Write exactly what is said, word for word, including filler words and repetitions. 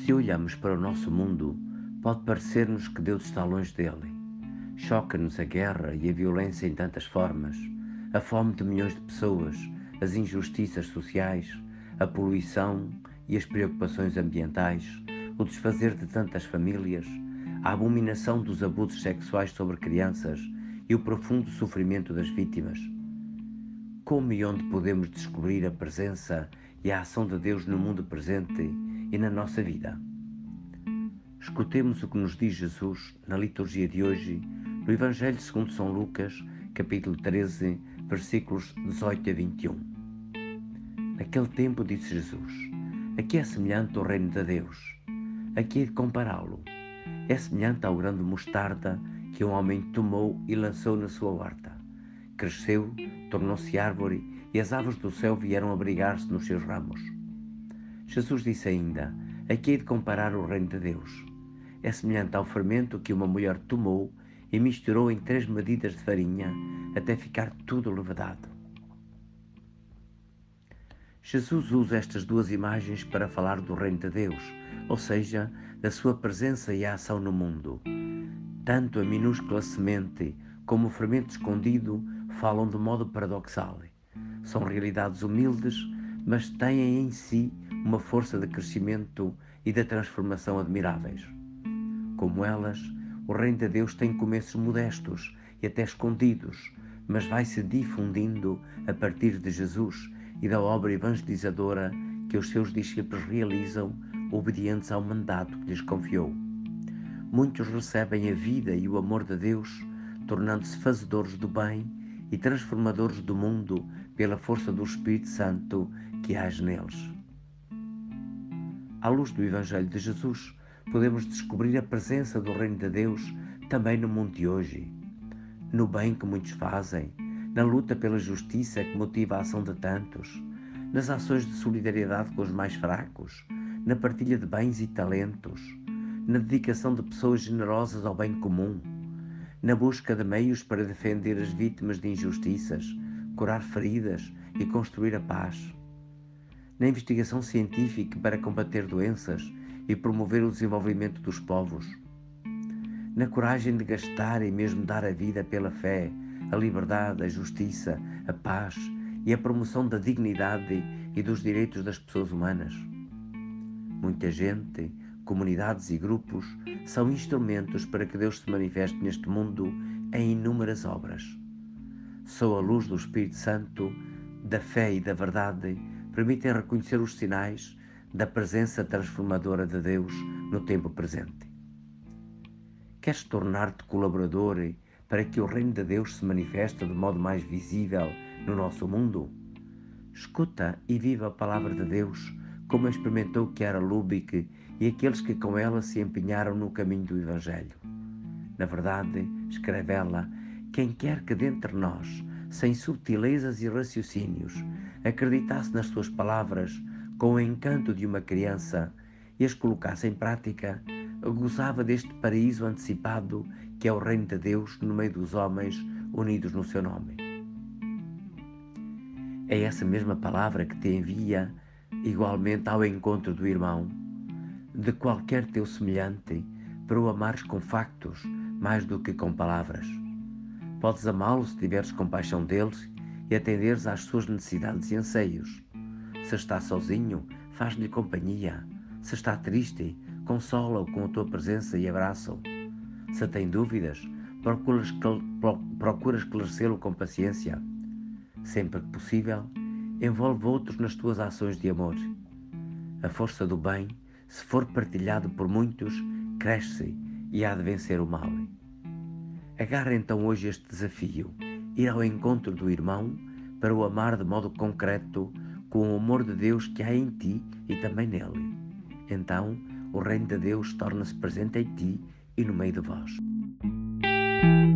Se olhamos para o nosso mundo, pode parecer-nos que Deus está longe dele. Choca-nos a guerra e a violência em tantas formas, a fome de milhões de pessoas, as injustiças sociais, a poluição e as preocupações ambientais, o desfazer de tantas famílias, a abominação dos abusos sexuais sobre crianças e o profundo sofrimento das vítimas. Como e onde podemos descobrir a presença e a ação de Deus no mundo presente e na nossa vida? Escutemos o que nos diz Jesus na liturgia de hoje, no Evangelho segundo São Lucas, capítulo treze, versículos dezoito a vinte e um. Naquele tempo disse Jesus: a que é semelhante o reino de Deus? A que é de compará-lo? É semelhante ao grão de mostarda que um homem tomou e lançou na sua horta. Cresceu, tornou-se árvore e as aves do céu vieram abrigar-se nos seus ramos. Jesus disse ainda: a que é de comparar o reino de Deus? É semelhante ao fermento que uma mulher tomou e misturou em três medidas de farinha até ficar tudo levedado. Jesus usa estas duas imagens para falar do reino de Deus, ou seja, da sua presença e ação no mundo. Tanto a minúscula semente como o fermento escondido falam de modo paradoxal. São realidades humildes, mas têm em si uma força de crescimento e de transformação admiráveis. Como elas, o reino de Deus tem começos modestos e até escondidos, mas vai se difundindo a partir de Jesus e da obra evangelizadora que os seus discípulos realizam, obedientes ao mandato que lhes confiou. Muitos recebem a vida e o amor de Deus, tornando-se fazedores do bem e transformadores do mundo pela força do Espírito Santo que age neles. À luz do Evangelho de Jesus, podemos descobrir a presença do reino de Deus também no mundo de hoje, no bem que muitos fazem, na luta pela justiça que motiva a ação de tantos, nas ações de solidariedade com os mais fracos, na partilha de bens e talentos, na dedicação de pessoas generosas ao bem comum, na busca de meios para defender as vítimas de injustiças, curar feridas e construir a paz, na investigação científica para combater doenças e promover o desenvolvimento dos povos, na coragem de gastar e mesmo dar a vida pela fé, a liberdade, a justiça, a paz e a promoção da dignidade e dos direitos das pessoas humanas. Muita gente, comunidades e grupos são instrumentos para que Deus se manifeste neste mundo em inúmeras obras. Só a luz do Espírito Santo, da fé e da verdade permitem reconhecer os sinais da presença transformadora de Deus no tempo presente. Queres tornar-te colaborador para que o reino de Deus se manifeste de modo mais visível no nosso mundo? Escuta e viva a palavra de Deus, como experimentou Chiara Lubich e aqueles que com ela se empenharam no caminho do Evangelho. Na verdade, escreve ela, quem quer que dentre nós, sem subtilezas e raciocínios, acreditasse nas suas palavras com o encanto de uma criança e as colocasse em prática, gozava deste paraíso antecipado que é o reino de Deus no meio dos homens unidos no seu nome. É essa mesma palavra que te envia igualmente ao encontro do irmão, de qualquer teu semelhante, para o amares com factos mais do que com palavras. Podes amá-lo se tiveres compaixão deles e atenderes às suas necessidades e anseios. Se está sozinho, faz-lhe companhia. Se está triste, consola-o com a tua presença e abraça-o. Se tem dúvidas, procura, procura esclarecê-lo com paciência. Sempre que possível, envolve outros nas tuas ações de amor. A força do bem, se for partilhado por muitos, cresce e há de vencer o mal. Agarra então hoje este desafio, ir ao encontro do irmão para o amar de modo concreto com o amor de Deus que há em ti e também nele. Então, o reino de Deus torna-se presente em ti e no meio de vós.